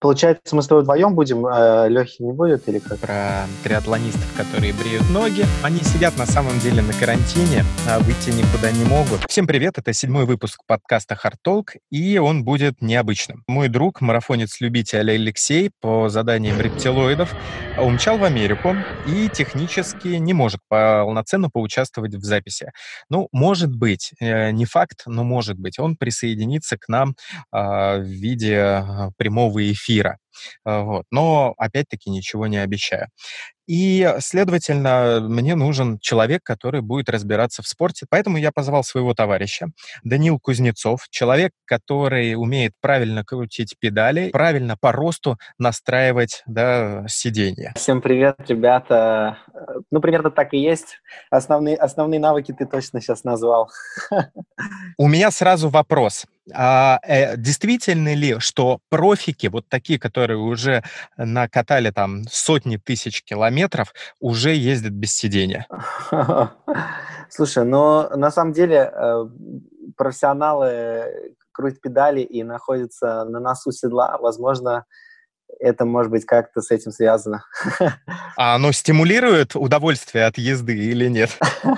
Получается, мы с тобой вдвоем будем, Лехи не будет или как? Про триатлонистов, которые бреют ноги. Они сидят на самом деле на карантине, а выйти никуда не могут. Всем привет, это 7-й выпуск подкаста Hard Talk, и он будет необычным. Мой друг, марафонец-любитель Алексей, по заданиям рептилоидов, умчал в Америку и технически не может полноценно поучаствовать в записи. Ну, может быть, не факт, но может быть, он присоединится к нам в виде прямого эфира. Вот. Но, опять-таки, ничего не обещаю. И, следовательно, мне нужен человек, который будет разбираться в спорте. Поэтому я позвал своего товарища, Данил Кузнецов, человек, который умеет правильно крутить педали, правильно по росту настраивать, сиденье. Всем привет, ребята. Ну, примерно так и есть. Основные навыки ты точно сейчас назвал. У меня сразу вопрос. Действительно ли, что профики, вот такие, которые уже накатали там сотни тысяч километров, уже ездят без сидения? Слушай, но на самом деле профессионалы крутят педали и находятся на носу седла. Возможно, это может быть как-то с этим связано. А оно стимулирует удовольствие от езды или нет?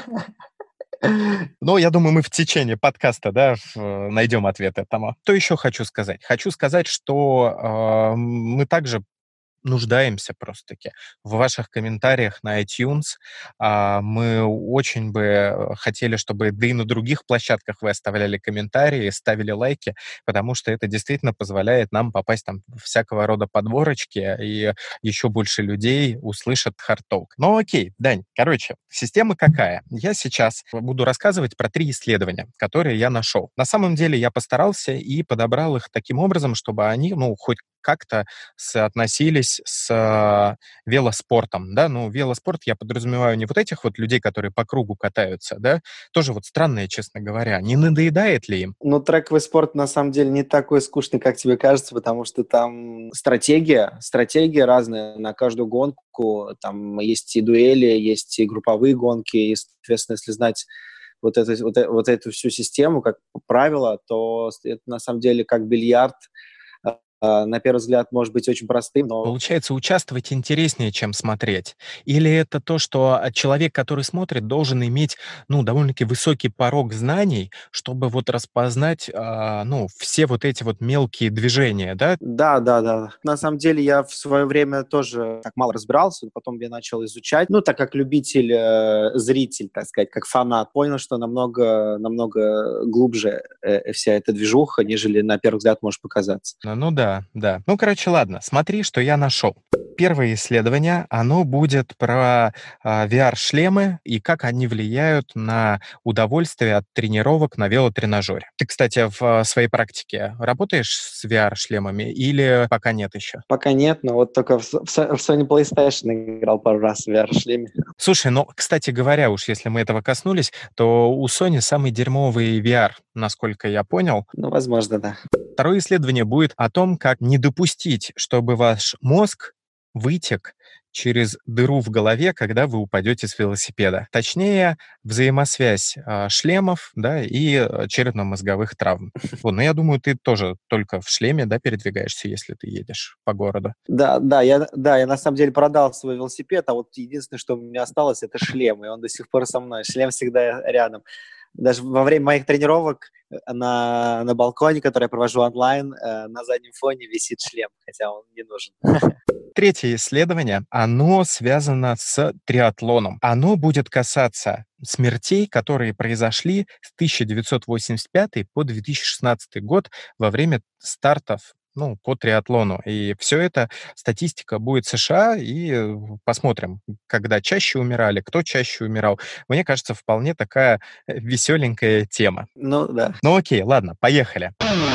Ну, я думаю, мы в течение подкаста, найдем ответ этому. Что еще хочу сказать? Хочу сказать, что мы также нуждаемся просто-таки в ваших комментариях на iTunes. Мы очень бы хотели, чтобы да и на других площадках вы оставляли комментарии, ставили лайки, потому что это действительно позволяет нам попасть там в всякого рода подборочки, и еще больше людей услышат Hard Talk. Ну окей, Дань, система какая? Я сейчас буду рассказывать про 3 исследования, которые я нашел. На самом деле я постарался и подобрал их таким образом, чтобы они, хоть как-то соотносились с велоспортом, да, велоспорт я подразумеваю не вот этих вот людей, которые по кругу катаются, да, тоже вот странное, честно говоря, не надоедает ли им? Ну, трековый спорт на самом деле не такой скучный, как тебе кажется, потому что там стратегия разная на каждую гонку, там есть и дуэли, есть и групповые гонки, и, соответственно, если знать вот эту всю систему, как правило, то это на самом деле как бильярд. На первый взгляд, может быть очень простым, но... Получается, участвовать интереснее, чем смотреть? Или это то, что человек, который смотрит, должен иметь, довольно-таки высокий порог знаний, чтобы вот распознать, все вот эти вот мелкие движения, да? Да. На самом деле я в свое время тоже так мало разбирался, потом я начал изучать. Так как любитель, зритель, так сказать, как фанат, понял, что намного глубже вся эта движуха, нежели на первый взгляд может показаться. Ну да. Ладно, смотри, что я нашел. Первое исследование, оно будет про VR-шлемы и как они влияют на удовольствие от тренировок на велотренажере. Ты, кстати, в своей практике работаешь с VR-шлемами или пока нет еще? Пока нет, но вот только в Sony PlayStation играл пару раз в VR-шлеме. Слушай, кстати говоря, уж если мы этого коснулись, то у Sony самый дерьмовый VR, насколько я понял. Возможно, да. Второе исследование будет о том, как не допустить, чтобы ваш мозг вытек через дыру в голове, когда вы упадете с велосипеда. Точнее, взаимосвязь шлемов, и черепно-мозговых травм. Но я думаю, ты тоже только в шлеме, передвигаешься, если ты едешь по городу. Я на самом деле продал свой велосипед, а вот единственное, что у меня осталось, это шлем, и он до сих пор со мной. Шлем всегда рядом. Даже во время моих тренировок на балконе, который я провожу онлайн, на заднем фоне висит шлем, хотя он не нужен. Третье исследование, оно связано с триатлоном. Оно будет касаться смертей, которые произошли с 1985 по 2016 год во время стартов по триатлону. И все это статистика будет США, и посмотрим, когда чаще умирали, кто чаще умирал. Мне кажется, вполне такая веселенькая тема. Да. Окей, ладно, поехали.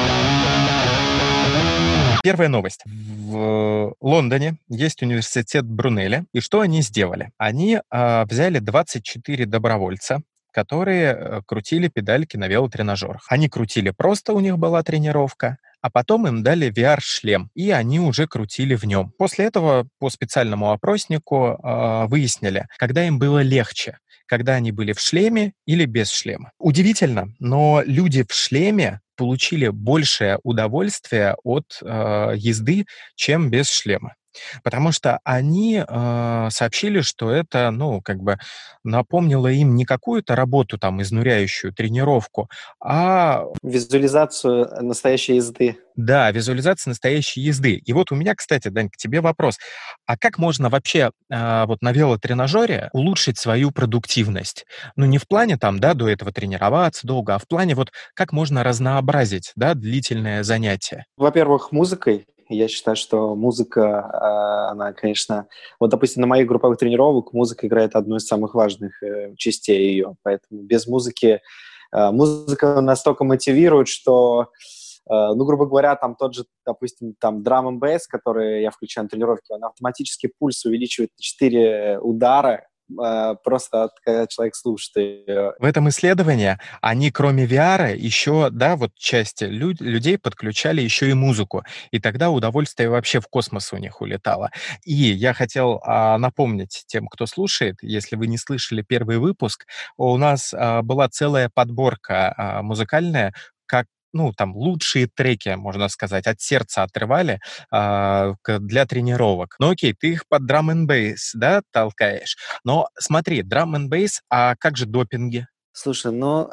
Первая новость. В Лондоне есть университет Брунеля. И что они сделали? Они взяли 24 добровольца, которые крутили педальки на велотренажерах. Они крутили просто, у них была тренировка, а потом им дали VR-шлем, и они уже крутили в нем. После этого по специальному опроснику выяснили, когда им было легче, когда они были в шлеме или без шлема. Удивительно, но люди в шлеме получили большее удовольствие от езды, чем без шлема. Потому что они сообщили, что это, ну, как бы напомнило им не какую-то работу, там, изнуряющую тренировку, а Визуализацию настоящей езды. да, визуализация настоящей езды. И вот у меня, кстати, Дань, к тебе вопрос. А как можно вообще вот на велотренажере улучшить свою продуктивность? Ну, не в плане там, да, до этого тренироваться долго, а в плане вот как можно разнообразить, да, длительное занятие? Во-первых, музыкой. Я считаю, что музыка, она, конечно... Вот, допустим, на моих групповых тренировок музыка играет одну из самых важных частей ее. Поэтому без музыки... Музыка настолько мотивирует, что, ну, грубо говоря, там тот же, допустим, там drum and bass, который я включаю на тренировке, он автоматически пульс увеличивает на 4 удара, просто когда человек слушает ее. В этом исследовании они, кроме VR, еще, да, вот часть людей подключали еще и музыку, и тогда удовольствие вообще в космос у них улетало. И я хотел напомнить тем, кто слушает, если вы не слышали первый выпуск, у нас была целая подборка музыкальная, как ну, там, лучшие треки, можно сказать, от сердца отрывали для тренировок. Ну, окей, ты их под драм н бейс, да, толкаешь, но смотри, драм н бейс, а как же допинги? Слушай, ну,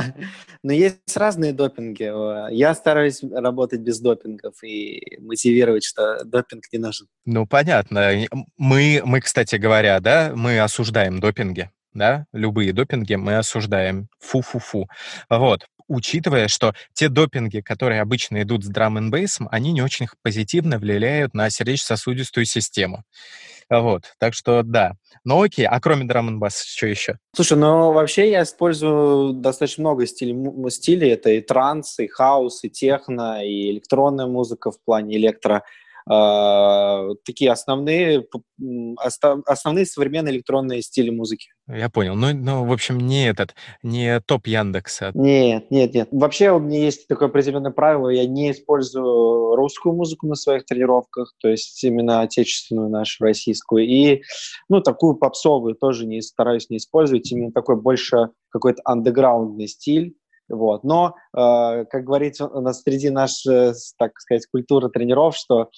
но есть разные допинги. Я стараюсь работать без допингов и мотивировать, что допинг не нужен. Ну, понятно. Мы, кстати говоря, да, мы осуждаем допинги, да, любые допинги мы осуждаем. Фу-фу-фу. Вот. Учитывая, что те допинги, которые обычно идут с драм-н-бейсом, они не очень позитивно влияют на сердечно-сосудистую систему. Вот. Так что да. Ну окей, а кроме драм-н-баса что еще? Слушай, ну вообще я использую достаточно много стилей. Это и транс, и хаус, и техно, и электронная музыка в плане электро. Такие основные современные электронные стили музыки. Я понял. Ну, в общем, не топ Яндекса. Нет, нет, нет. Вообще у меня есть такое определенное правило. Я не использую русскую музыку на своих тренировках, то есть именно отечественную нашу, российскую. И, ну, такую попсовую тоже стараюсь не использовать. Именно такой больше какой-то андеграундный стиль. Вот. Но, как говорится, у нас среди нашей, так сказать, культуры тренеров, что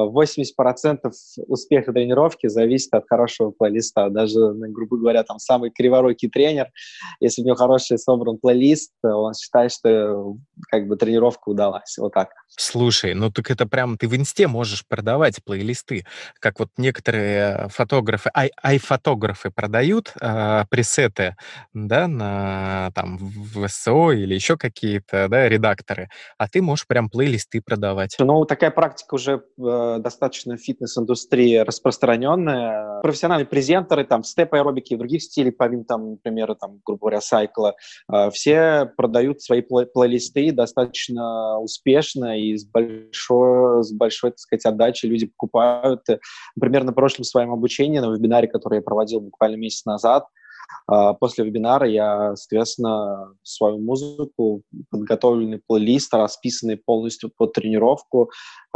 80% успеха тренировки зависит от хорошего плейлиста. Даже, грубо говоря, там самый криворукий тренер, если у него хороший собран плейлист, он считает, что как бы тренировка удалась. Вот так. Слушай, ну так это прям ты в инсте можешь продавать плейлисты, как вот некоторые фотографы, фотографы продают пресеты, да, на там в СО или еще какие-то, да, редакторы, а ты можешь прям плейлисты продавать. Ну, такая практика уже достаточно в фитнес-индустрии распространенная. Профессиональные презентеры там в степ-аэробике и других стилей, помимо там, например, там, грубо говоря, сайкла, все продают свои плейлисты достаточно успешно и с большой, так сказать, отдачей люди покупают. Например, на прошлом своем обучении, на вебинаре, который я проводил буквально месяц назад, после вебинара я, соответственно, свою музыку, подготовленный плейлист, расписанный полностью под тренировку,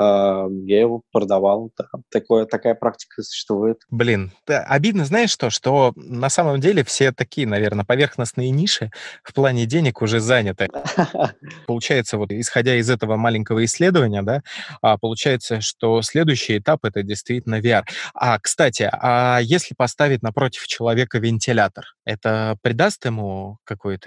я его продавал. Да. Такая практика существует. Блин, обидно, знаешь что? Что на самом деле все такие, наверное, поверхностные ниши в плане денег уже заняты. Получается, вот исходя из этого маленького исследования, да, получается, что следующий этап — это действительно VR. Кстати, если поставить напротив человека вентилятор, это придаст ему какое-то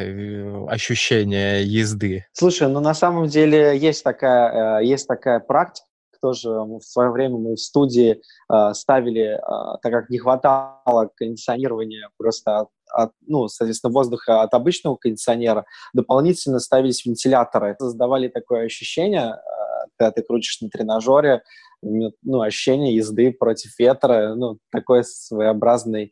ощущение езды? Слушай, ну на самом деле есть такая практика. Тоже в свое время мы в студии ставили, так как не хватало кондиционирования просто ну, соответственно, воздуха от обычного кондиционера, дополнительно ставились вентиляторы. Создавали такое ощущение, когда ты крутишь на тренажере, ну, ощущение езды против ветра, ну, такой своеобразный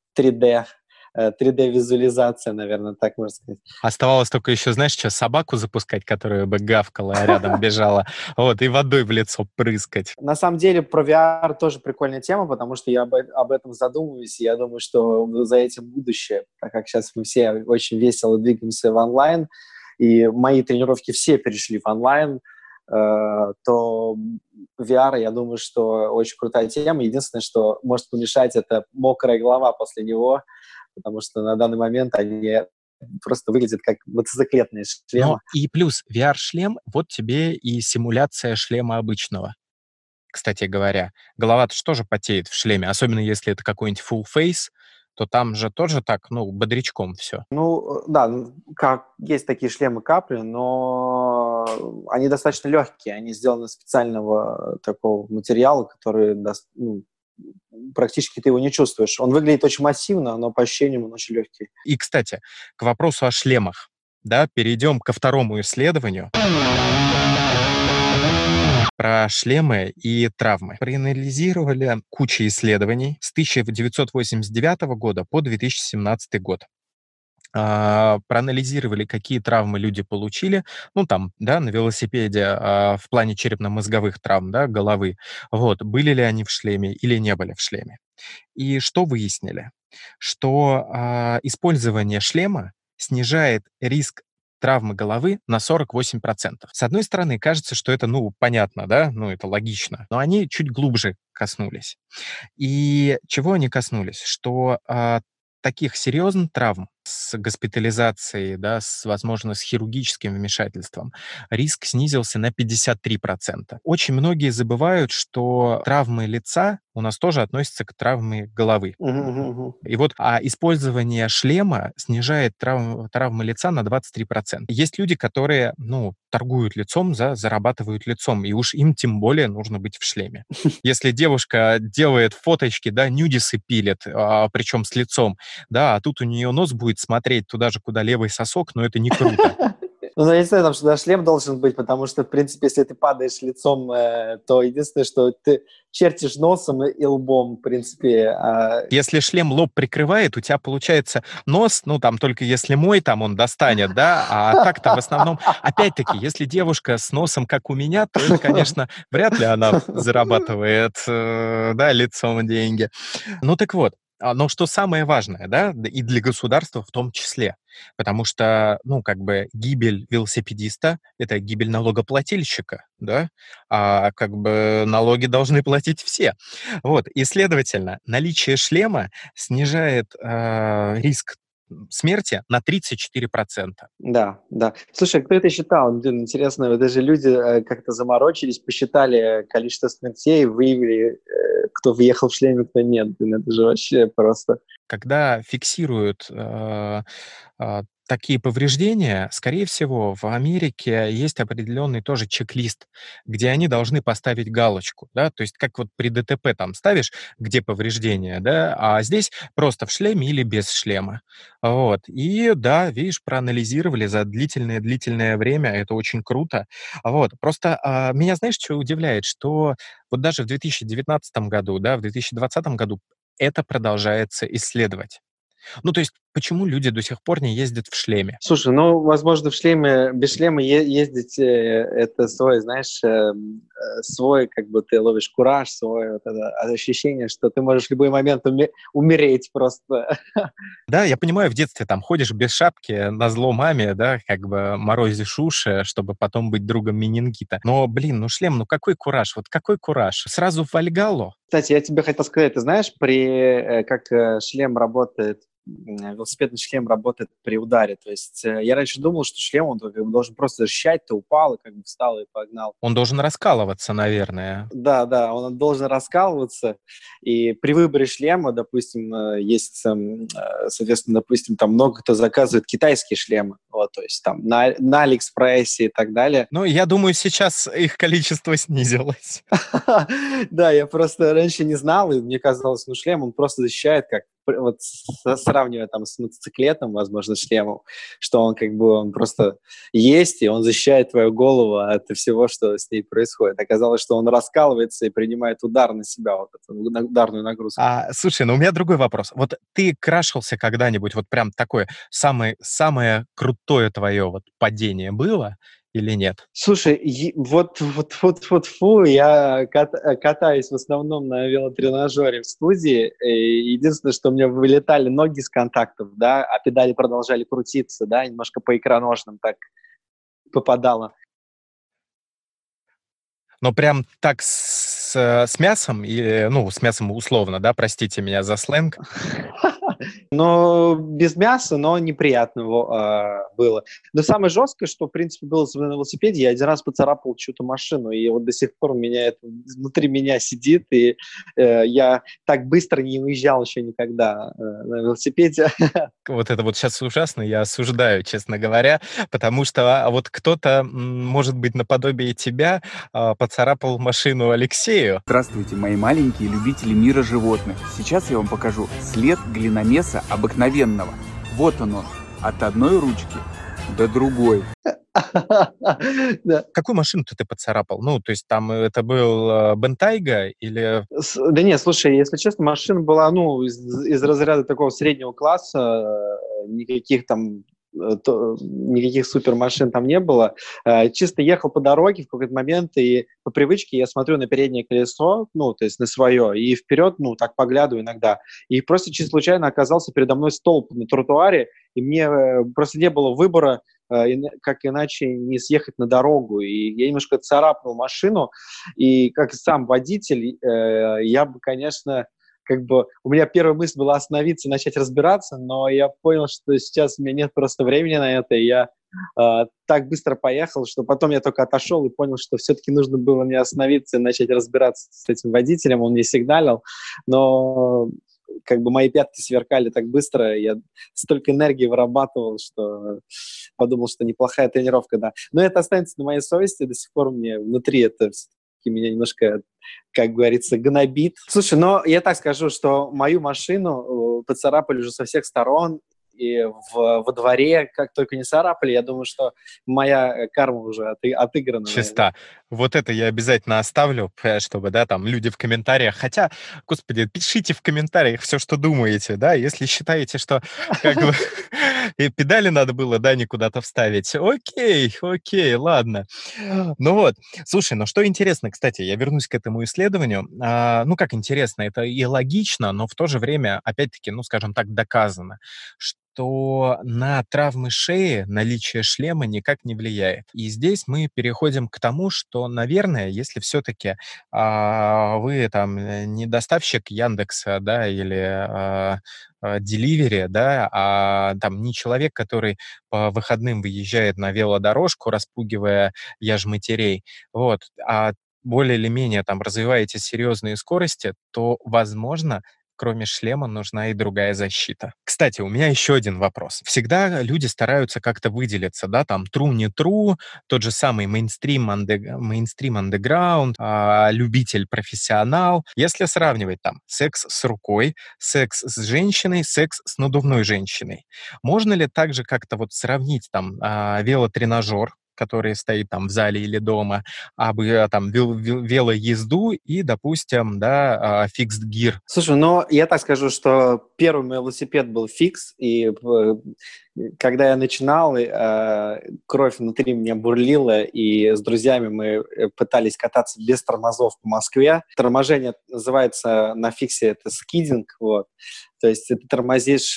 3D, 3D-визуализация, наверное, так можно сказать. Оставалось только еще, знаешь, что, собаку запускать, которая бы гавкала, а рядом бежала, вот, и водой в лицо прыскать. На самом деле про VR тоже прикольная тема, потому что я об этом задумываюсь, и я думаю, что за этим будущее, так как сейчас мы все очень весело двигаемся в онлайн, и мои тренировки все перешли в онлайн. то VR, я думаю, что очень крутая тема. Единственное, что может помешать, это мокрая голова после него, потому что на данный момент они просто выглядят как мотоциклетные Но шлемы. и плюс VR-шлем, вот тебе и симуляция шлема обычного. Кстати говоря, голова-то ж тоже потеет в шлеме, особенно если это какой-нибудь full face, то там же тоже так, ну, бодрячком все. Ну, да, как есть такие шлемы капли, но они достаточно легкие, они сделаны из специального такого материала, который практически ты его не чувствуешь. Он выглядит очень массивно, но по ощущениям он очень легкий. И, кстати, к вопросу о шлемах, да, перейдем ко второму исследованию про шлемы и травмы. Проанализировали кучу исследований с 1989 года по 2017 год. Проанализировали, какие травмы люди получили, ну, там, да, на велосипеде, в плане черепно-мозговых травм, да, головы. Вот, были ли они в шлеме или не были в шлеме. И что выяснили? Что использование шлема снижает риск травмы головы на 48%. С одной стороны, кажется, что это, ну, понятно, да, ну, это логично, но они чуть глубже коснулись. И чего они коснулись? Что таких серьезных травм с госпитализацией, да, возможно, с хирургическим вмешательством, риск снизился на 53%. Очень многие забывают, что травмы лица у нас тоже относятся к травме головы. Мгм, мгм, мгм. И вот использование шлема снижает травмы лица на 23%. Есть люди, которые, ну, торгуют лицом, зарабатывают лицом, и уж им тем более нужно быть в шлеме. Если девушка делает фоточки, да, нюдисы пилит, причем с лицом, да, а тут у нее нос будет смотреть туда же, куда левый сосок, но это не круто. Ну, я не знаю, там, что даже шлем должен быть, потому что, в принципе, если ты падаешь лицом, то единственное, что ты чертишь носом и лбом, в принципе. Если шлем лоб прикрывает, у тебя получается нос, ну, там, только если мой, там, он достанет, да, а так-то в основном, опять-таки, если девушка с носом, как у меня, то это, конечно, вряд ли она зарабатывает, да, лицом деньги. Ну, так вот, но что самое важное, да, и для государства в том числе, потому что, ну, как бы гибель велосипедиста — это гибель налогоплательщика, да, а как бы налоги должны платить все. Вот, и, следовательно, наличие шлема снижает риск смерти на 34%. Да, да. Слушай, а кто это считал? Блин, интересно, это же люди как-то заморочились, посчитали количество смертей, выявили, кто въехал в шлеме, кто нет. Блин, это же вообще просто... Когда фиксируют такие повреждения, скорее всего, в Америке есть определенный тоже чек-лист, где они должны поставить галочку, да, то есть как вот при ДТП там ставишь, где повреждения, да, а здесь просто в шлеме или без шлема. Вот. И да, видишь, проанализировали за длительное-длительное время, это очень круто. Вот. Просто меня, знаешь, что удивляет, что вот даже в 2019 году, да, в 2020 году это продолжается исследовать. Ну, то есть, почему люди до сих пор не ездят в шлеме? Слушай, ну, возможно, в шлеме, без шлема ездить, это свой, знаешь, свой, как бы ты ловишь кураж, свой вот это ощущение, что ты можешь в любой момент умереть просто. Да, я понимаю, в детстве там ходишь без шапки, назло маме, да, как бы морозишь уши, чтобы потом быть другом менингита. Но, блин, ну шлем, ну какой кураж, вот какой кураж? Сразу в Вальгаллу? Кстати, я тебе хотел сказать, ты знаешь, как шлем работает, велосипедный шлем работает при ударе. То есть я раньше думал, что шлем он как бы должен просто защищать, ты упал, и как бы встал и погнал. Он должен раскалываться, наверное. Да, да, он должен раскалываться, и при выборе шлема, допустим, есть, соответственно, допустим, там много кто заказывает китайские шлемы, вот, то есть там на Алиэкспрессе и так далее. Ну, я думаю, сейчас их количество снизилось. Да, я просто раньше не знал, и мне казалось, ну, шлем, он просто защищает, как вот сравнивая там с мотоциклетом, возможно, шлемом, что он как бы он просто есть, и он защищает твою голову от всего, что с ней происходит. Оказалось, что он раскалывается и принимает удар на себя, вот эту ударную нагрузку. Слушай, ну у меня другой вопрос. Вот ты крашился когда-нибудь, вот прям такое самое крутое твое вот падение было или нет? Слушай, вот, фу, я катаюсь в основном на велотренажере в студии. И единственное, что у меня вылетали ноги с контактов, да, а педали продолжали крутиться, да, немножко по икроножным так попадало. Но прям так с мясом, и, ну, с мясом условно, да, простите меня за сленг. Но без мяса, но неприятно было. Но самое жесткое, что, в принципе, было на велосипеде, я один раз поцарапал чью-то машину, и вот до сих пор у меня это внутри меня сидит, и я так быстро не уезжал еще никогда на велосипеде. Вот это вот сейчас ужасно, я осуждаю, честно говоря, потому что вот кто-то, может быть, наподобие тебя, поцарапал машину Алексею. Здравствуйте, мои маленькие любители мира животных. Сейчас я вам покажу след глиномеса обыкновенного. Вот он, от одной ручки до другой. Да. Какую машину-то ты поцарапал? Ну, то есть там это был Бентайга или... Да нет, слушай, если честно, машина была, ну, из разряда такого среднего класса, никаких там никаких супермашин там не было. Чисто ехал по дороге в какой-то момент, и по привычке я смотрю на переднее колесо, ну, то есть на свое, и вперед, ну, так поглядываю иногда. И просто чисто случайно оказался передо мной столб на тротуаре, и мне просто не было выбора, как иначе не съехать на дорогу. И я немножко царапнул машину, и как сам водитель, я бы, конечно, как бы у меня первая мысль была остановиться и начать разбираться, но я понял, что сейчас у меня нет просто времени на это, и я так быстро поехал, что потом я только отошел и понял, что все-таки нужно было мне остановиться и начать разбираться с этим водителем, он мне сигналил, но как бы мои пятки сверкали так быстро, я столько энергии вырабатывал, что подумал, что неплохая тренировка, да. Но это останется на моей совести, до сих пор мне внутри это меня немножко, как говорится, гнобит. Слушай, но я так скажу, что мою машину поцарапали уже со всех сторон, и во дворе, как только не царапали, я думаю, что моя карма уже отыграна. Чиста. Вот это я обязательно оставлю, чтобы, да, там люди в комментариях. Хотя, господи, пишите в комментариях все, что думаете, да, если считаете, что как бы и педали надо было, да, не куда-то вставить. Окей, ладно. Ну вот, слушай, ну что интересно, кстати, я вернусь к этому исследованию. Ну как интересно, это и логично, но в то же время, опять-таки, ну скажем так, доказано, что на травмы шеи наличие шлема никак не влияет. И здесь мы переходим к тому, что, наверное, если все-таки вы там не доставщик Яндекса, да, или Delivery, да, а там не человек, который по выходным выезжает на велодорожку, распугивая яжь-матерей, вот, а более или менее там развиваете серьезные скорости, то, возможно, кроме шлема нужна и другая защита. Кстати, у меня еще один вопрос. Всегда люди стараются как-то выделиться, да, там true, не true, тот же самый мейнстрим андеграунд, любитель, профессионал. Если сравнивать там секс с рукой, секс с женщиной, секс с надувной женщиной, можно ли также как-то вот сравнить там велотренажер, который стоит там в зале или дома, там велоезду и, допустим, да, fixed gear. Слушай, ну, я так скажу, что первый мой велосипед был фикс, и когда я начинал, кровь внутри меня бурлила, и с друзьями мы пытались кататься без тормозов по Москве. Торможение называется на фиксе это скидинг, вот. То есть ты тормозишь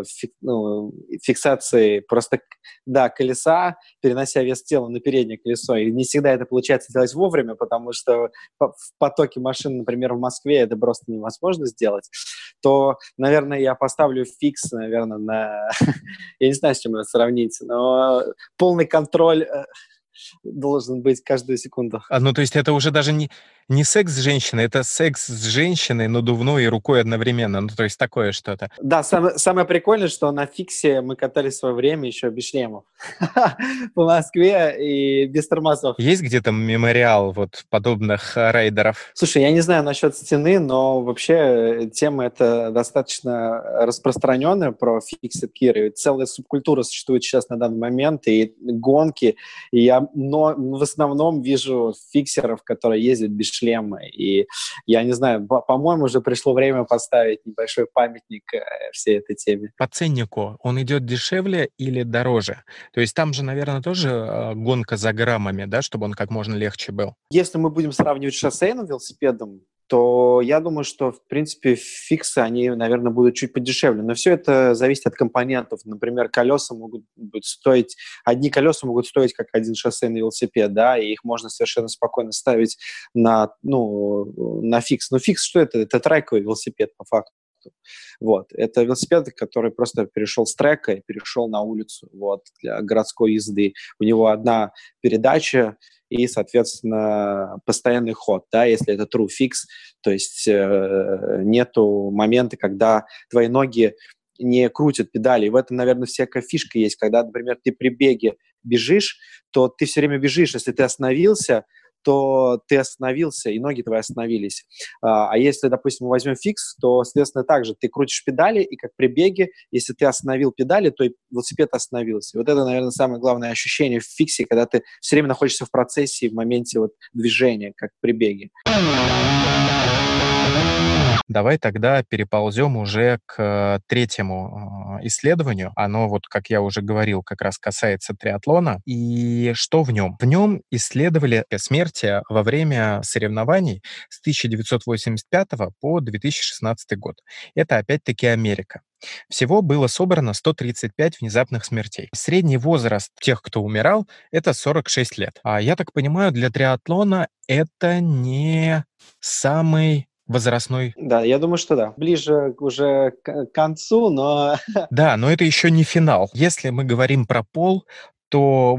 фиксацией просто, да, колеса, перенося вес тела на переднее колесо. И не всегда это получается делать вовремя, потому что в потоке машин, например, в Москве это просто невозможно сделать. То, наверное, я поставлю фикс, наверное, на... Я не знаю, с чем это сравнить, но полный контроль должен быть каждую секунду. Ну, то есть это уже даже не секс с женщиной, это секс с женщиной, надувной и рукой одновременно. Ну, то есть такое что-то. Да, самое прикольное, что на фиксе мы катались в свое время еще без шлемов по Москве и без тормозов. Есть где-то мемориал вот подобных рейдеров? Слушай, я не знаю насчет стены, но вообще тема эта достаточно распространенная про фиксед гиры. Целая субкультура существует сейчас на данный момент, и гонки. И я в основном вижу фиксеров, которые ездят без шлема. И я не знаю, по-моему, уже пришло время поставить небольшой памятник всей этой теме. По ценнику он идет дешевле или дороже? То есть там же, наверное, тоже гонка за граммами, да, чтобы он как можно легче был? Если мы будем сравнивать с шоссейным велосипедом, то я думаю, что, в принципе, фиксы, они, наверное, будут чуть подешевле. Но все это зависит от компонентов. Например, одни колеса могут стоить как один шоссейный велосипед, да, и их можно совершенно спокойно ставить на фикс. Но фикс что это? Это трековый велосипед, по факту. Вот. Это велосипед, который просто перешел с трека и перешел на улицу, вот, для городской езды. У него одна передача и, соответственно, постоянный ход, да, если это true fix, то есть нету момента, когда твои ноги не крутят педали. И в этом, наверное, всякая фишка есть. Когда, например, ты при беге бежишь, то ты все время бежишь. Если ты остановился, то ты остановился, и ноги твои остановились. А если, допустим, мы возьмем фикс, то, соответственно, также ты крутишь педали, и как при беге, если ты остановил педали, то и велосипед остановился. И вот это, наверное, самое главное ощущение в фиксе, когда ты все время находишься в процессе, в моменте вот движения, как при беге. Давай тогда переползем уже к третьему исследованию. Оно, вот, как я уже говорил, как раз касается триатлона. И что в нем? В нем исследовали смерти во время соревнований с 1985 по 2016 год. Это опять-таки Америка. Всего было собрано 135 внезапных смертей. Средний возраст тех, кто умирал, это 46 лет. А я так понимаю, для триатлона это не самый возрастной. Да, я думаю, что да. Ближе уже к концу, но... Да, но это еще не финал. Если мы говорим про пол, то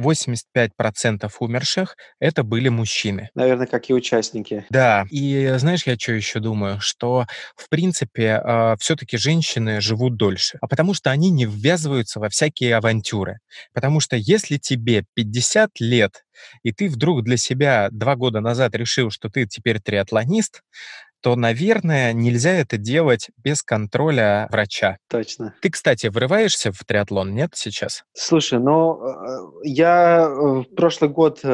85% умерших это были мужчины. Наверное, как и участники. Да, и знаешь, я что еще думаю? Что, в принципе, все-таки женщины живут дольше, а потому что они не ввязываются во всякие авантюры. Потому что если тебе 50 лет, и ты вдруг для себя 2 года назад решил, что ты теперь триатлонист, то, наверное, нельзя это делать без контроля врача. Точно. Ты, кстати, врываешься в триатлон, нет, сейчас? Слушай, ну, я в прошлый год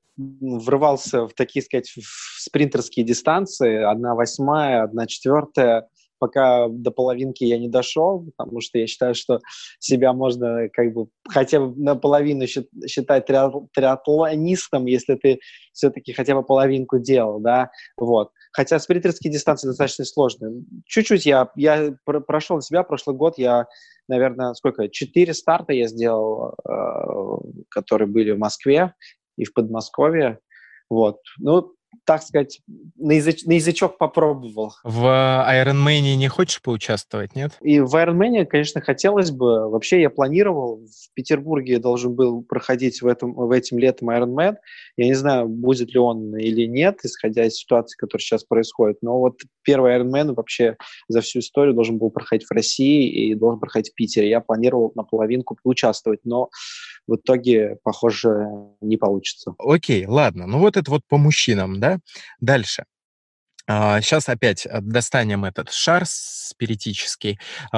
врывался в такие, сказать, в спринтерские дистанции, 1/8, 1/4, пока до половинки я не дошел, потому что я считаю, что себя можно как бы хотя бы наполовину считать триатлонистом, если ты все-таки хотя бы половинку делал, да, вот. Хотя спринтерские дистанции достаточно сложные. Чуть-чуть я прошел на себя прошлый год, наверное, 4 старта я сделал, которые были в Москве и в Подмосковье. Вот. Ну, так сказать, на язычок попробовал. В Ironman не хочешь поучаствовать, нет? И в Ironman, конечно, хотелось бы. Вообще я планировал, в Петербурге должен был проходить этим летом Ironman. Я не знаю, будет ли он или нет, исходя из ситуации, которая сейчас происходит. Но вот первый Ironman вообще за всю историю должен был проходить в России и должен проходить в Питере. Я планировал на половинку поучаствовать, но в итоге, похоже, не получится. Окей, ладно. Ну вот это вот по мужчинам, да? Дальше. Сейчас опять достанем этот шар спиритический,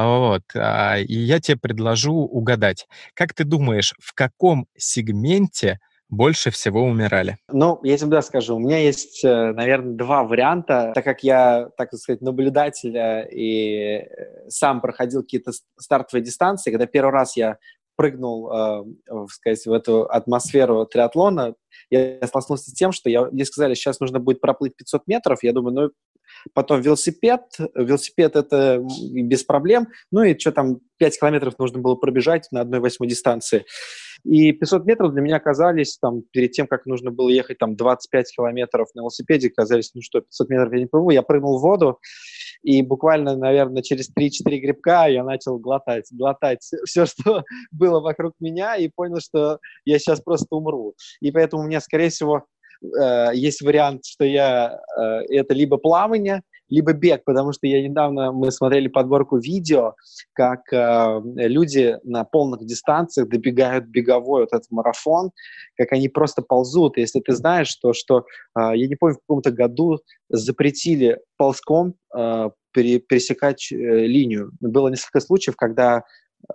и я тебе предложу угадать. Как ты думаешь, в каком сегменте больше всего умирали? Ну, я тебе скажу, у меня есть, наверное, 2 варианта, так как я, так сказать, наблюдатель и сам проходил какие-то стартовые дистанции, когда первый раз я прыгнул, сказать, в эту атмосферу триатлона, я столкнулся с тем, что мне сказали, сейчас нужно будет проплыть 500 метров, я думаю, ну, потом велосипед это без проблем, ну и что там, 5 километров нужно было пробежать на 1/8 дистанции. И 500 метров для меня оказались, там, перед тем, как нужно было ехать там 25 километров на велосипеде, казались, ну что, 500 метров я не плыву, я прыгнул в воду, и буквально, наверное, через 3-4 грибка я начал глотать все, что было вокруг меня, и понял, что я сейчас просто умру. И поэтому у меня, скорее всего, есть вариант, что это либо плавание, либо бег, потому что мы смотрели подборку видео, как люди на полных дистанциях добегают беговой вот этот марафон, как они просто ползут. Если ты знаешь, что я не помню, в каком-то году запретили ползком пересекать линию. Было несколько случаев, когда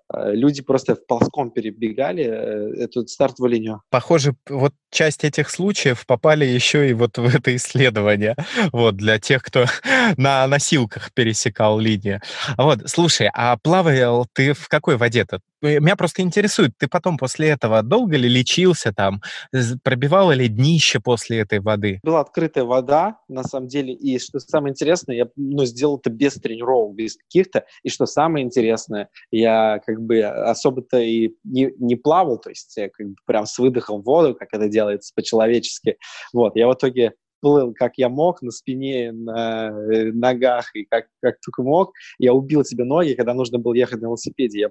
Люди просто ползком перебегали эту стартовую линию. Похоже, вот часть этих случаев попали еще и вот в это исследование, вот, для тех, кто на носилках пересекал линию. Вот, слушай, а плавал ты в какой воде-то? Меня просто интересует, ты потом после этого долго ли лечился там, пробивало ли днище после этой воды? Была открытая вода, на самом деле, и что самое интересное, я сделал это без тренировок, без каких-то, и что самое интересное, я как бы особо-то и не плавал, то есть я как бы прям с выдохом в воду, как это делается по-человечески. Вот, я в итоге плыл, как я мог, на спине, на ногах, и как только мог. Я убил себе ноги, когда нужно было ехать на велосипеде.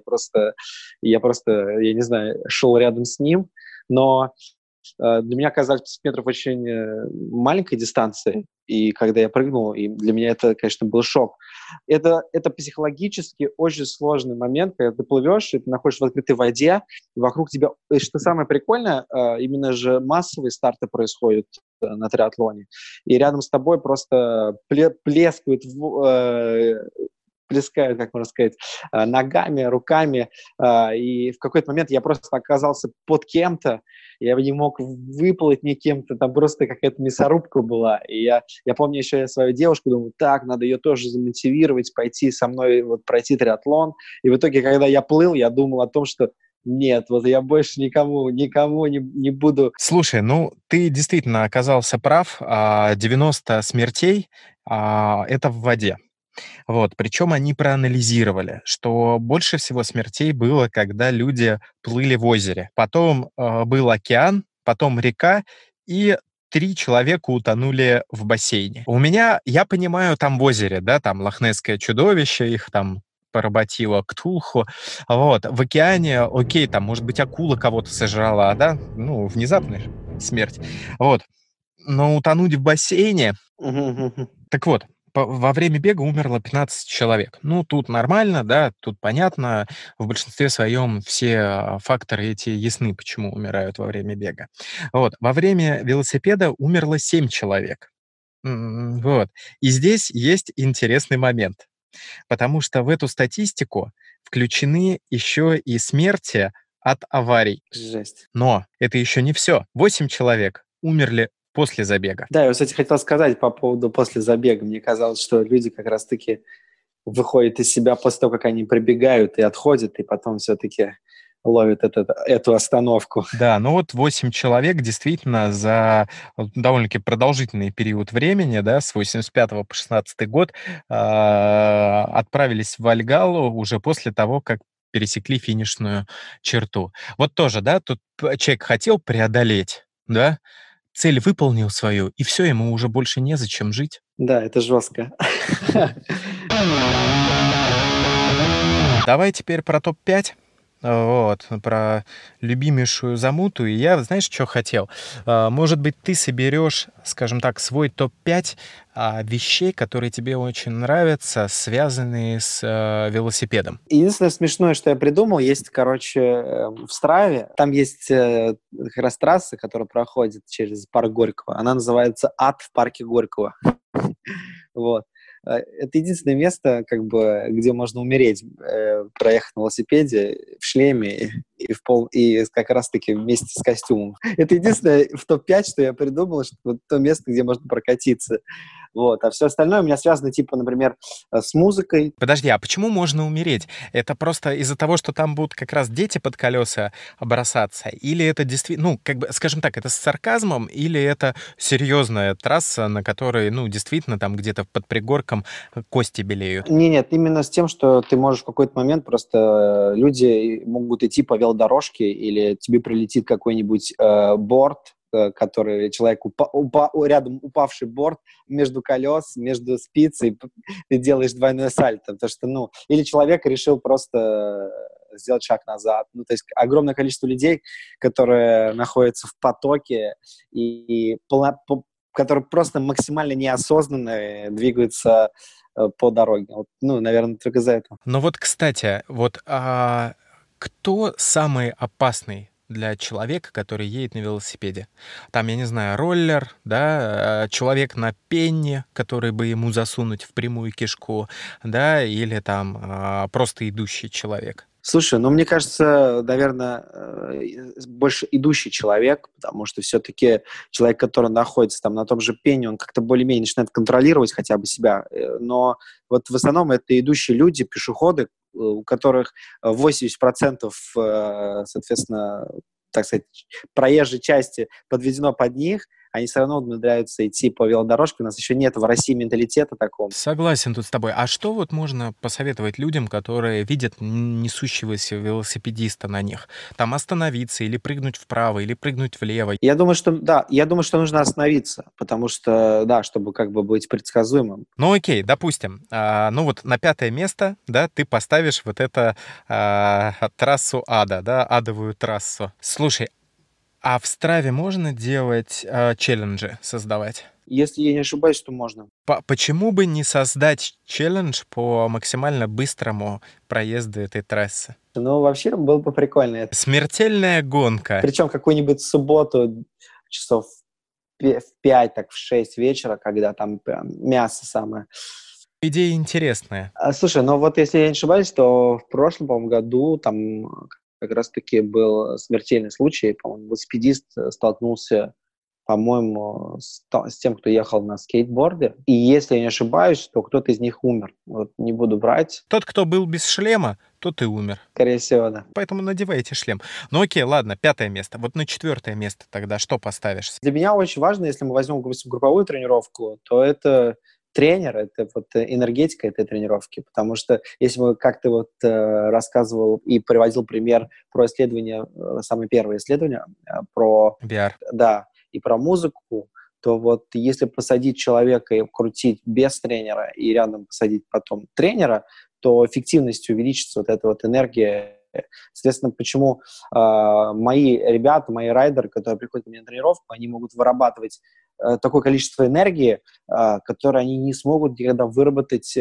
Я не знаю, шел рядом с ним, но для меня оказалось 50 метров очень маленькой дистанцией, и когда я прыгнул, и для меня это, конечно, был шок. Это психологически очень сложный момент, когда ты плывешь, и ты находишься в открытой воде, и вокруг тебя... И что самое прикольное, именно же массовые старты происходят на триатлоне, и рядом с тобой просто плескают плескают, как можно сказать, ногами, руками, и в какой-то момент я просто оказался под кем-то, я не мог выплыть ни кем-то, там просто какая-то мясорубка была, и я помню еще свою девушку, думаю, так, надо ее тоже замотивировать, пойти со мной, вот пройти триатлон, и в итоге, когда я плыл, я думал о том, что нет, вот я больше никому не буду. Слушай, ну ты действительно оказался прав, 90 смертей это в воде. Вот, причем они проанализировали, что больше всего смертей было, когда люди плыли в озере. Потом был океан, потом река, и 3 человека утонули в бассейне. Я понимаю, там в озере, да, там лохнесское чудовище, их там поработило Ктулху. Вот, в океане, окей, там, может быть, акула кого-то сожрала, да, ну, внезапная смерть. Вот, но утонуть в бассейне... Так вот, во время бега умерло 15 человек. Ну, тут нормально, да, тут понятно. В большинстве своем все факторы эти ясны, почему умирают во время бега. Вот. Во время велосипеда умерло 7 человек. Вот. И здесь есть интересный момент, потому что в эту статистику включены еще и смерти от аварий. Жесть. Но это еще не все. 8 человек умерли после забега. Да, я, кстати, хотел сказать по поводу после забега. Мне казалось, что люди как раз-таки выходят из себя после того, как они прибегают и отходят, и потом все-таки ловят эту остановку. Да, ну вот 8 человек действительно за довольно-таки продолжительный период времени, да, с 85 по 16 год, отправились в Вальгаллу уже после того, как пересекли финишную черту. Вот тоже, да, тут человек хотел преодолеть, да, цель выполнил свою, и все, ему уже больше незачем жить. Да, это жестко. Давай теперь про топ-5. Вот, про любимейшую замуту. И я, знаешь, что хотел? Может быть, ты соберешь, скажем так, свой топ-5 вещей, которые тебе очень нравятся, связанные с велосипедом. Единственное смешное, что я придумал, есть, короче, в Страве, там есть как раз трасса, которая проходит через парк Горького. Она называется «Ад в парке Горького». Вот. Это единственное место, как бы, где можно умереть, проехать на велосипеде в шлеме и как раз-таки вместе с костюмом. Это единственное в топ-5, что я придумал, что вот то место, где можно прокатиться. Вот. А все остальное у меня связано, типа, например, с музыкой. Подожди, а почему можно умереть? Это просто из-за того, что там будут как раз дети под колеса бросаться? Или это действительно, ну, как бы, скажем так, это с сарказмом, или это серьезная трасса, на которой, ну, действительно, там где-то под пригорком кости белеют? Нет, именно с тем, что ты можешь в какой-то момент просто... люди могут идти по велодорожке, или тебе прилетит какой-нибудь борт, который человек, рядом упавший борт между колес, между спиц, и ты делаешь двойное сальто. Потому что, ну, или человек решил просто сделать шаг назад. Ну, то есть огромное количество людей, которые находятся в потоке и которые просто максимально неосознанно двигаются по дороге. Вот, ну, наверное, только из-за этого. Но вот, кстати, вот кто самый опасный для человека, который едет на велосипеде? Там, я не знаю, роллер, да, человек на пенне, который бы ему засунуть в прямую кишку, да, или там просто идущий человек? Слушай, ну, мне кажется, наверное, больше идущий человек, потому что все-таки человек, который находится там на том же пене, он как-то более-менее начинает контролировать хотя бы себя. Но вот в основном это идущие люди, пешеходы, у которых 80%, соответственно, так сказать, проезжей части подведено под них, они все равно умудряются идти по велодорожке. У нас еще нет в России менталитета такого. Согласен тут с тобой. А что вот можно посоветовать людям, которые видят несущегося велосипедиста на них? Там остановиться или прыгнуть вправо, или прыгнуть влево? Я думаю, что, да, я думаю, что нужно остановиться, потому что, да, чтобы как бы быть предсказуемым. Ну окей, допустим, ну вот на 5-е место, да, ты поставишь вот это трассу ада, да, адовую трассу. Слушай, а в Страве можно делать челленджи, создавать? Если я не ошибаюсь, то можно. Почему бы не создать челлендж по максимально быстрому проезду этой трассы? Ну, вообще было бы прикольно. Смертельная гонка. Причем какую-нибудь субботу часов в 5, так в 6 вечера, когда там прям мясо самое. Идея интересная. Слушай, ну вот если я не ошибаюсь, то в прошлом, по-моему, году там как раз-таки был смертельный случай. По-моему, велосипедист столкнулся, по-моему, с тем, кто ехал на скейтборде. И если я не ошибаюсь, то кто-то из них умер. Вот не буду брать. Тот, кто был без шлема, тот и умер. Скорее всего, да. Поэтому надевайте шлем. Ну окей, ладно, 5-е место. Вот на 4-е место тогда что поставишь? Для меня очень важно, если мы возьмем, допустим, групповую тренировку, то это тренер, это вот энергетика этой тренировки, потому что если мы как-то вот рассказывал и приводил пример про исследование, самое первое исследование, про... VR. Да, и про музыку, то вот если посадить человека и крутить без тренера, и рядом посадить потом тренера, то эффективность увеличится, вот эта вот энергия. Соответственно, почему мои ребята, мои райдеры, которые приходят ко мне на тренировку, они могут вырабатывать такое количество энергии, которое они не смогут никогда выработать,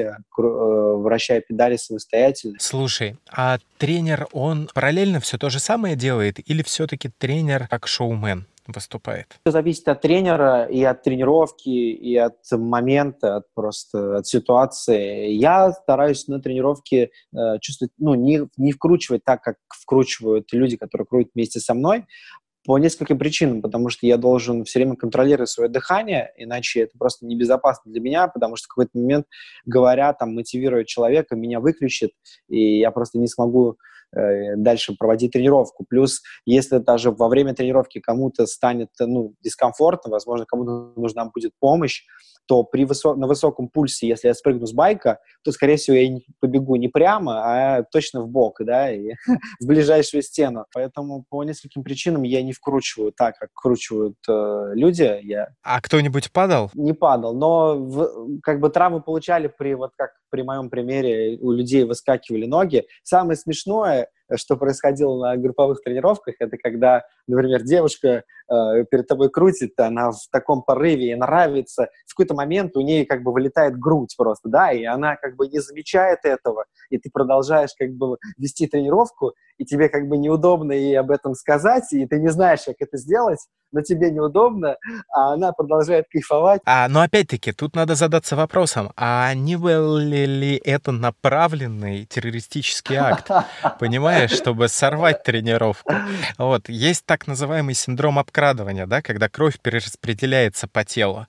вращая педали самостоятельно. Слушай, а тренер, он параллельно все то же самое делает или все-таки тренер как шоумен выступает? Все зависит от тренера и от тренировки, и от момента, от ситуации. Я стараюсь на тренировке чувствовать, не вкручивать так, как вкручивают люди, которые крутят вместе со мной, по нескольким причинам, потому что я должен все время контролировать свое дыхание, иначе это просто небезопасно для меня, потому что в какой-то момент, говоря, там, мотивируя человека, меня выключит, и я просто не смогу дальше проводить тренировку. Плюс, если даже во время тренировки кому-то станет дискомфортно, возможно, кому-то нужна будет помощь, то на высоком пульсе, если я спрыгну с байка, то, скорее всего, я не побегу не прямо, а точно в бок, да, и в ближайшую стену. Поэтому по нескольким причинам я не вкручиваю так, как вкручивают люди. А кто-нибудь падал? Не падал, но как бы травмы получали как при моем примере, у людей выскакивали ноги. Самое смешное, что происходило на групповых тренировках, это когда, например, девушка перед тобой крутит, она в таком порыве, ей нравится, в какой-то момент у нее как бы вылетает грудь просто, да, и она как бы не замечает этого, и ты продолжаешь как бы вести тренировку, и тебе как бы неудобно ей об этом сказать, и ты не знаешь, как это сделать, но тебе неудобно, а она продолжает кайфовать. Но опять-таки, тут надо задаться вопросом, а не был ли это направленный террористический акт, понимаешь, чтобы сорвать тренировку? Вот, есть так называемый синдром обкрадывания, да, когда кровь перераспределяется по телу.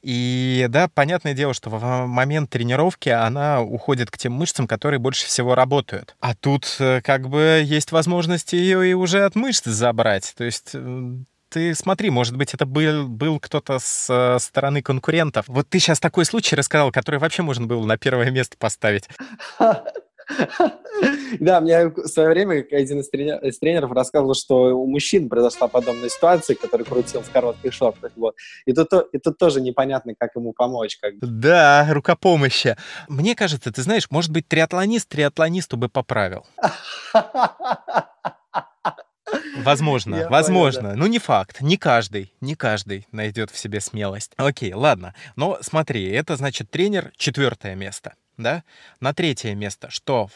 И, да, понятное дело, что в момент тренировки она уходит к тем мышцам, которые больше всего работают. А тут как бы есть возможность ее и уже от мышц забрать, то есть... Ты смотри, может быть, это был кто-то с стороны конкурентов. Вот ты сейчас такой случай рассказал, который вообще можно было на первое место поставить. Да, мне в свое время один из тренеров рассказывал, что у мужчин произошла подобная ситуация, который крутил в коротких шортах. Вот. И тут тоже непонятно, как ему помочь. Да, рукопомощи. Мне кажется, ты знаешь, может быть, триатлонист триатлонисту бы поправил. Возможно. Понял, да. Ну, не факт. Не каждый найдет в себе смелость. Окей, ладно. Но смотри, это значит тренер 4-е место, да? На 3-е место что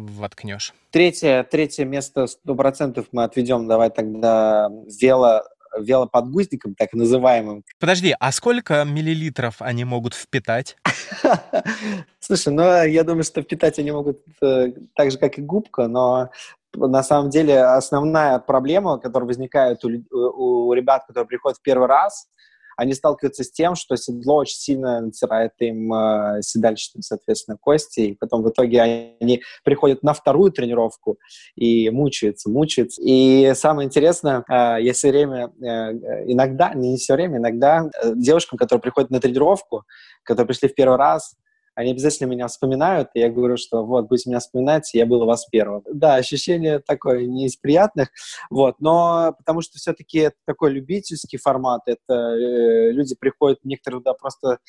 воткнешь? Третье место 100% мы отведем, давай тогда велоподгузником, так называемым. Подожди, а сколько миллилитров они могут впитать? Слушай, я думаю, что впитать они могут так же, как и губка, но на самом деле основная проблема, которая возникает у ребят, которые приходят в первый раз, они сталкиваются с тем, что седло очень сильно натирает им седалищные, соответственно, кости, и потом в итоге они приходят на вторую тренировку и мучаются. И самое интересное, я все время, иногда, не все время, иногда девушкам, которые приходят на тренировку, которые пришли в первый раз, они обязательно меня вспоминают, и я говорю, что вот, будете меня вспоминать, я был у вас первым. Да, ощущение такое не из приятных, но потому что все-таки это такой любительский формат, это люди приходят некоторые туда просто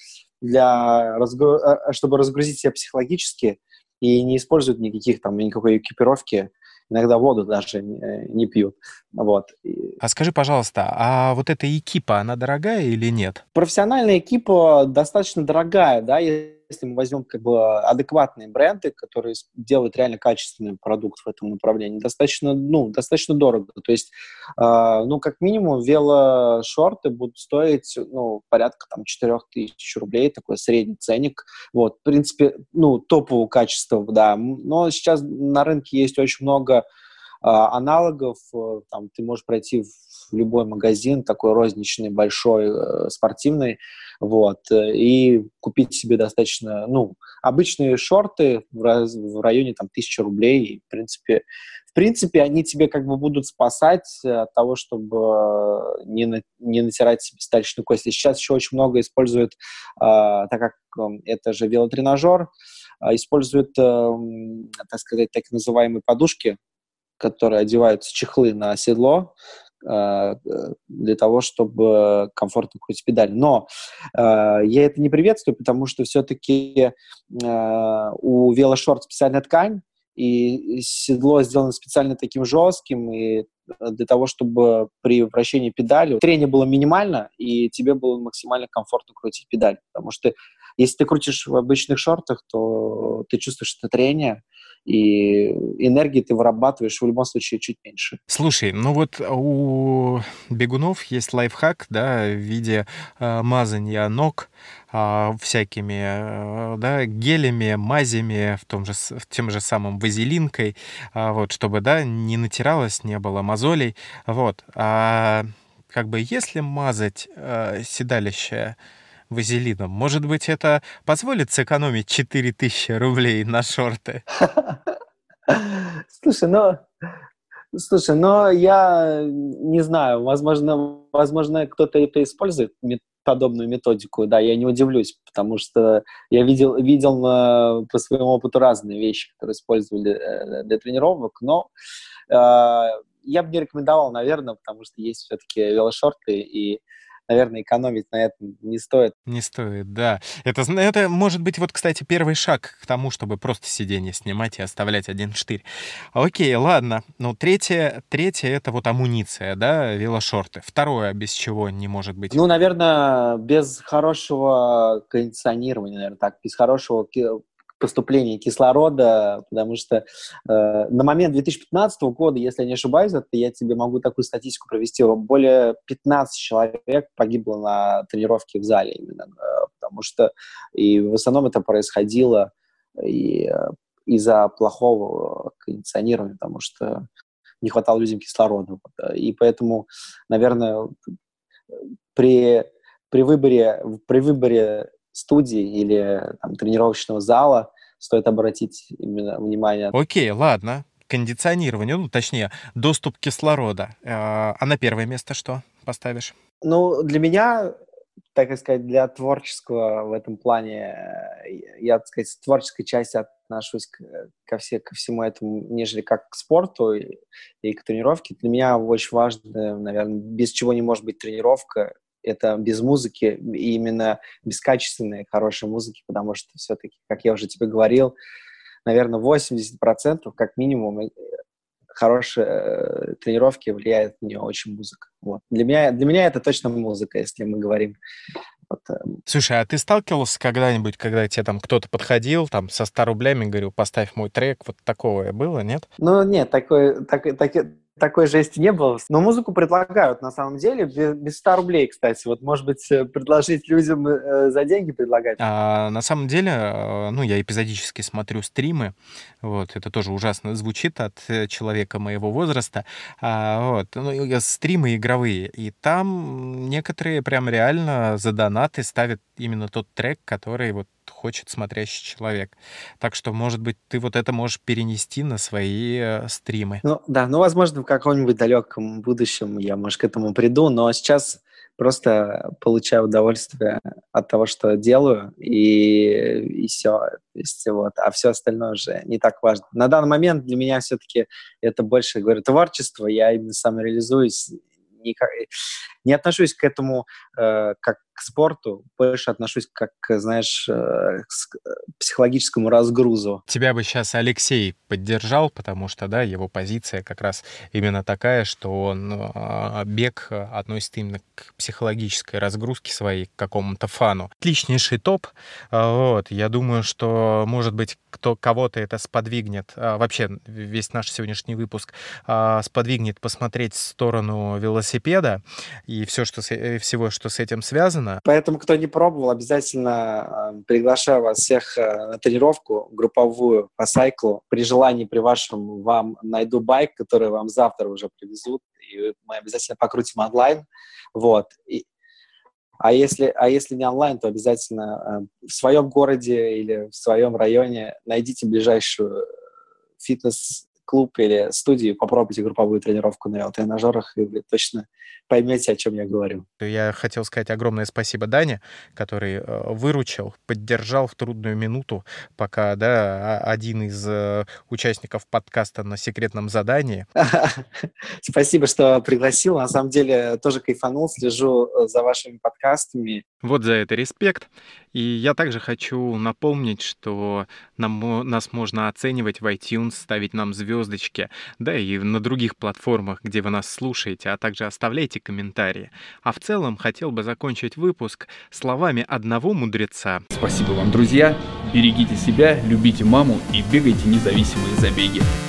чтобы разгрузить себя психологически, и не используют никакой экипировки, иногда воду даже не пьют. А скажи, пожалуйста, а вот эта экипа, она дорогая или нет? Профессиональная экипа достаточно дорогая, да, если мы возьмем адекватные бренды, которые делают реально качественный продукт в этом направлении, достаточно дорого. То есть, как минимум, велошорты будут стоить, порядка 4000 рублей, такой средний ценник. В принципе, топового качества, да. Но сейчас на рынке есть очень много аналогов. Ты можешь пройти в любой магазин, такой розничный, большой, спортивный, и купить себе достаточно, обычные шорты в районе 1000 рублей. И, в принципе, они тебе будут спасать от того, чтобы не натирать себе седалищную кость. И сейчас еще очень много используют, так как это же велотренажер, используют, так сказать, так называемые подушки, которые одеваются, чехлы на седло, для того, чтобы комфортно крутить педаль. Но я это не приветствую, потому что все-таки у велошорт специальная ткань, и седло сделано специально таким жестким, и для того, чтобы при вращении педали трение было минимально, и тебе было максимально комфортно крутить педаль. Потому что если ты крутишь в обычных шортах, то ты чувствуешь это трение, и энергии ты вырабатываешь в любом случае чуть меньше. Слушай, у бегунов есть лайфхак, да, в виде мазания ног всякими, гелями, мазями, тем же самым вазелинкой, чтобы, не натиралось, не было мозолей, если мазать седалище вазелином, может быть, это позволит сэкономить 4000 рублей на шорты? Слушай, я не знаю, возможно, кто-то это использует, подобную методику, да, я не удивлюсь, потому что я видел по своему опыту разные вещи, которые использовали для тренировок, но я бы не рекомендовал, наверное, потому что есть все-таки велошорты, и, наверное, экономить на этом не стоит. Не стоит, да. Это может быть, кстати, первый шаг к тому, чтобы просто сиденье снимать и оставлять один штырь. Окей, ладно. Третье это амуниция, да, велошорты. Второе, без чего не может быть. Наверное, без хорошего кондиционирования, наверное, так, без хорошего поступления кислорода, потому что на момент 2015 года, если я не ошибаюсь, я тебе могу такую статистику провести, более 15 человек погибло на тренировке в зале именно, потому что и в основном это происходило из-за плохого кондиционирования, потому что не хватало людям кислорода. И поэтому, наверное, при выборе студии или тренировочного зала стоит обратить именно внимание. Окей, ладно. Кондиционирование, точнее, доступ кислорода. А на первое место что поставишь? Для меня, так сказать, для творческого в этом плане, я, так сказать, с творческой части отношусь ко всему этому, нежели как к спорту и к тренировке. Для меня очень важно, наверное, без чего не может быть тренировка, это без музыки, и именно без качественной, хорошей музыки, потому что все-таки, как я уже тебе говорил, наверное, 80% как минимум хорошие тренировки влияет на нее очень музыка. Для меня это точно музыка, если мы говорим. Слушай, а ты сталкивался когда-нибудь, когда тебе кто-то подходил, со 100 рублями, говорил, поставь мой трек, такого было, нет? Нет, такой жести не было. Но музыку предлагают, на самом деле, без 100 рублей, кстати. Вот, может быть, предложить людям за деньги предлагать. На самом деле, я эпизодически смотрю стримы. Вот, это тоже ужасно звучит от человека моего возраста. Стримы игровые. И там некоторые прям реально за донаты ставят именно тот трек, который вот хочет смотрящий человек. Так что, может быть, ты вот это можешь перенести на свои стримы. Возможно, в каком-нибудь далеком будущем я, может, к этому приду, но сейчас просто получаю удовольствие от того, что делаю, и все. То есть, а все остальное уже не так важно. На данный момент для меня все-таки это больше, говорю, творчество, я именно самореализуюсь, не отношусь к этому как к спорту, больше отношусь как, знаешь, к психологическому разгрузу. Тебя бы сейчас Алексей поддержал, потому что, да, его позиция как раз именно такая, что он бег относит именно к психологической разгрузке своей, к какому-то фану. Отличнейший топ. Я думаю, что, может быть, кого-то это сподвигнет, вообще весь наш сегодняшний выпуск сподвигнет посмотреть в сторону велосипеда и всего, что с этим связано. Поэтому, кто не пробовал, обязательно приглашаю вас всех на тренировку групповую по сайклу. При желании, при вашем, вам найду байк, который вам завтра уже привезут, и мы обязательно покрутим онлайн. А если не онлайн, то обязательно в своем городе или в своем районе найдите ближайшую фитнес-клуб или студию, попробуйте групповую тренировку на тренажерах, и вы точно поймете, о чем я говорю. Я хотел сказать огромное спасибо Дане, который выручил, поддержал в трудную минуту, пока, один из участников подкаста на секретном задании. Спасибо, что пригласил. На самом деле тоже кайфанул, слежу за вашими подкастами. Вот за это респект. И я также хочу напомнить, что нас можно оценивать в iTunes, ставить нам звездочки, и на других платформах, где вы нас слушаете, а также оставляйте комментарии. А в целом хотел бы закончить выпуск словами одного мудреца. Спасибо вам, друзья. Берегите себя, любите маму и бегайте независимые забеги.